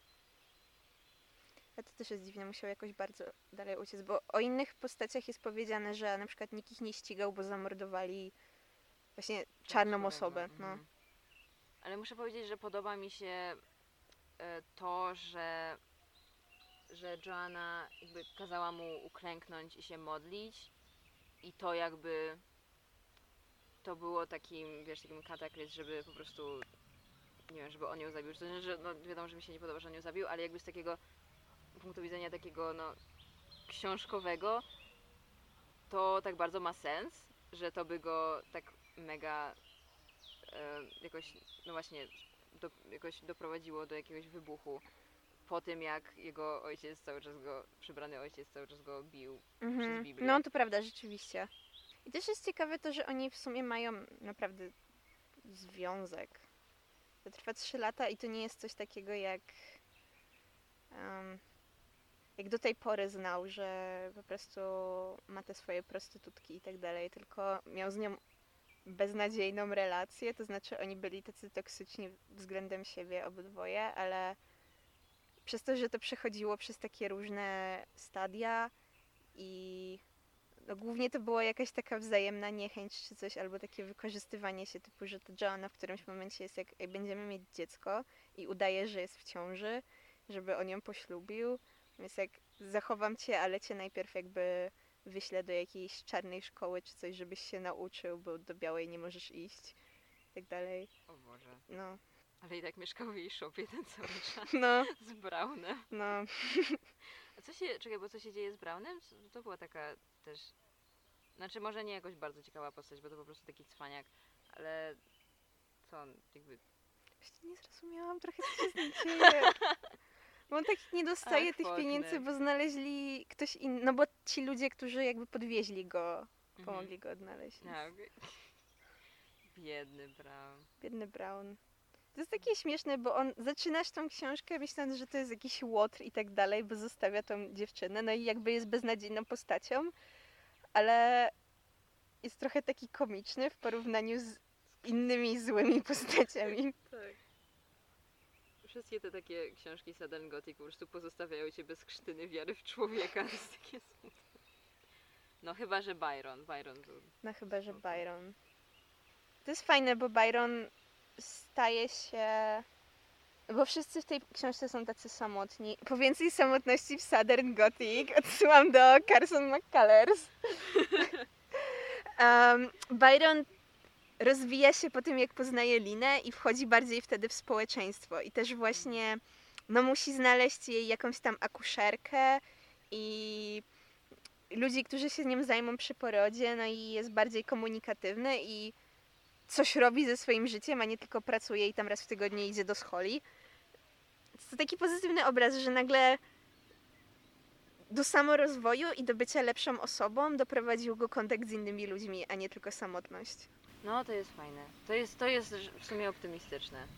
A to też jest dziwne, musiał jakoś bardzo dalej uciec, bo o innych postaciach jest powiedziane, że na przykład nikt ich nie ścigał, bo zamordowali właśnie czarną osobę. Mhm. No. Ale muszę powiedzieć, że podoba mi się e, to, że że Joanna jakby kazała mu uklęknąć i się modlić i to jakby to było takim, wiesz, takim kataklizm, żeby po prostu nie wiem, żeby on ją zabił. To znaczy, że no wiadomo, że mi się nie podoba, że on ją zabił, ale jakby z takiego punktu widzenia takiego no książkowego to tak bardzo ma sens, że to by go tak mega e, jakoś, no właśnie do, jakoś doprowadziło do jakiegoś wybuchu po tym, jak jego ojciec cały czas go, przybrany ojciec cały czas go bił Mhm. przez Biblię. No to prawda, rzeczywiście. I też jest ciekawe to, że oni w sumie mają naprawdę związek. To trwa trzy lata i to nie jest coś takiego jak um, jak do tej pory znał, że po prostu ma te swoje prostytutki i tak dalej, tylko miał z nią beznadziejną relację, to znaczy oni byli tacy toksyczni względem siebie obydwoje, ale przez to, że to przechodziło przez takie różne stadia i no głównie to była jakaś taka wzajemna niechęć czy coś, albo takie wykorzystywanie się typu, że to Joanna w którymś momencie jest jak, jak będziemy mieć dziecko i udaje, że jest w ciąży, żeby on ją poślubił, więc jak zachowam cię, ale cię najpierw jakby wyślę do jakiejś czarnej szkoły czy coś, żebyś się nauczył, bo do białej nie możesz iść i tak dalej. O Boże. No. Ale i tak mieszkał w jej szopie ten cały czas. No. Z Brownem. No. A co się, czekaj, bo co się dzieje z Brownem? To była taka też, znaczy może nie jakoś bardzo ciekawa postać, bo to po prostu taki cwaniak, ale co on jakby... Właśnie nie zrozumiałam trochę, co się z nim dzieje. Bo on tak nie dostaje Ach, tych Faulkner. pieniędzy, bo znaleźli ktoś inny, no bo ci ludzie, którzy jakby podwieźli go, pomogli Mhm. go odnaleźć. A, okej. Biedny Brown. Biedny Brown. To jest takie śmieszne, bo on zaczynasz tą książkę myśląc, że to jest jakiś łotr i tak dalej, bo zostawia tą dziewczynę, no i jakby jest beznadziejną postacią, ale jest trochę taki komiczny w porównaniu z innymi złymi postaciami. Tak. Wszystkie te takie książki Southern Gothic po prostu pozostawiają cię bez krztyny wiary w człowieka. To jest takie smutne. No chyba, że Byron. Byron to... No chyba, że Byron. To jest fajne, bo Byron staje się... Bo wszyscy w tej książce są tacy samotni. Po więcej samotności w Southern Gothic odsyłam do Carson McCullers. um, Byron rozwija się po tym, jak poznaje Linę i wchodzi bardziej wtedy w społeczeństwo. I też właśnie no musi znaleźć jej jakąś tam akuszerkę i ludzi, którzy się nim zajmą przy porodzie, no i jest bardziej komunikatywny i coś robi ze swoim życiem, a nie tylko pracuje i tam raz w tygodniu idzie do scholi. To taki pozytywny obraz, że nagle do samorozwoju i do bycia lepszą osobą doprowadził go kontakt z innymi ludźmi, a nie tylko samotność. No, to jest fajne. To jest, to jest w sumie optymistyczne.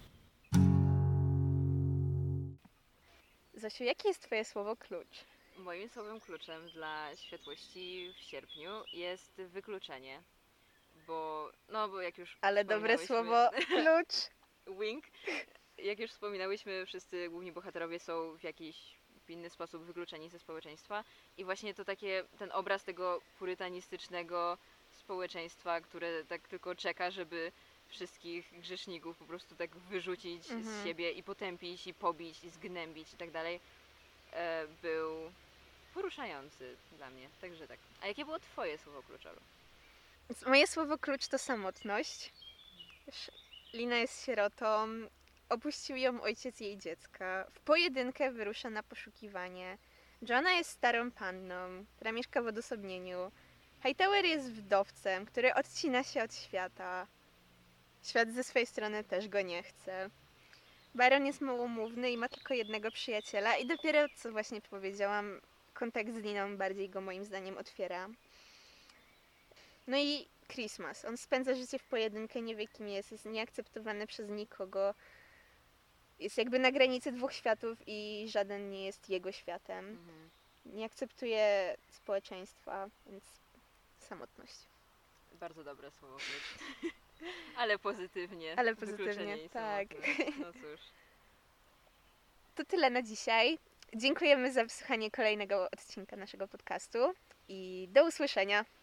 Zosiu, jakie jest twoje słowo klucz? Moim słowem kluczem dla światłości w sierpniu jest wykluczenie. Bo, no bo jak już Ale dobre słowo klucz. Wink. Jak już wspominałyśmy, wszyscy główni bohaterowie są w jakiś w inny sposób wykluczeni ze społeczeństwa. I właśnie to takie, ten obraz tego purytanistycznego społeczeństwa, które tak tylko czeka, żeby wszystkich grzeszników po prostu tak wyrzucić Mhm. z siebie i potępić, i pobić, i zgnębić i tak dalej, e, był poruszający dla mnie. Także tak. A jakie było twoje słowo kluczowe? Moje słowo klucz to samotność. Wiesz, Lina jest sierotą, opuścił ją ojciec jej dziecka. W pojedynkę wyrusza na poszukiwanie. Joanna jest starą panną, która mieszka w odosobnieniu. Hightower jest wdowcem, który odcina się od świata. Świat ze swojej strony też go nie chce. Baron jest małomówny i ma tylko jednego przyjaciela i dopiero, co właśnie powiedziałam, kontakt z Liną bardziej go moim zdaniem otwiera. No i Christmas. On spędza życie w pojedynkę, nie wie kim jest, jest nieakceptowany przez nikogo. Jest jakby na granicy dwóch światów i żaden nie jest jego światem. Mhm. Nie akceptuje społeczeństwa, więc samotność. Bardzo dobre słowo klucz. Ale pozytywnie. Ale pozytywnie, Wykluczenie i tak. samotność. No cóż. To tyle na dzisiaj. Dziękujemy za wysłuchanie kolejnego odcinka naszego podcastu i do usłyszenia.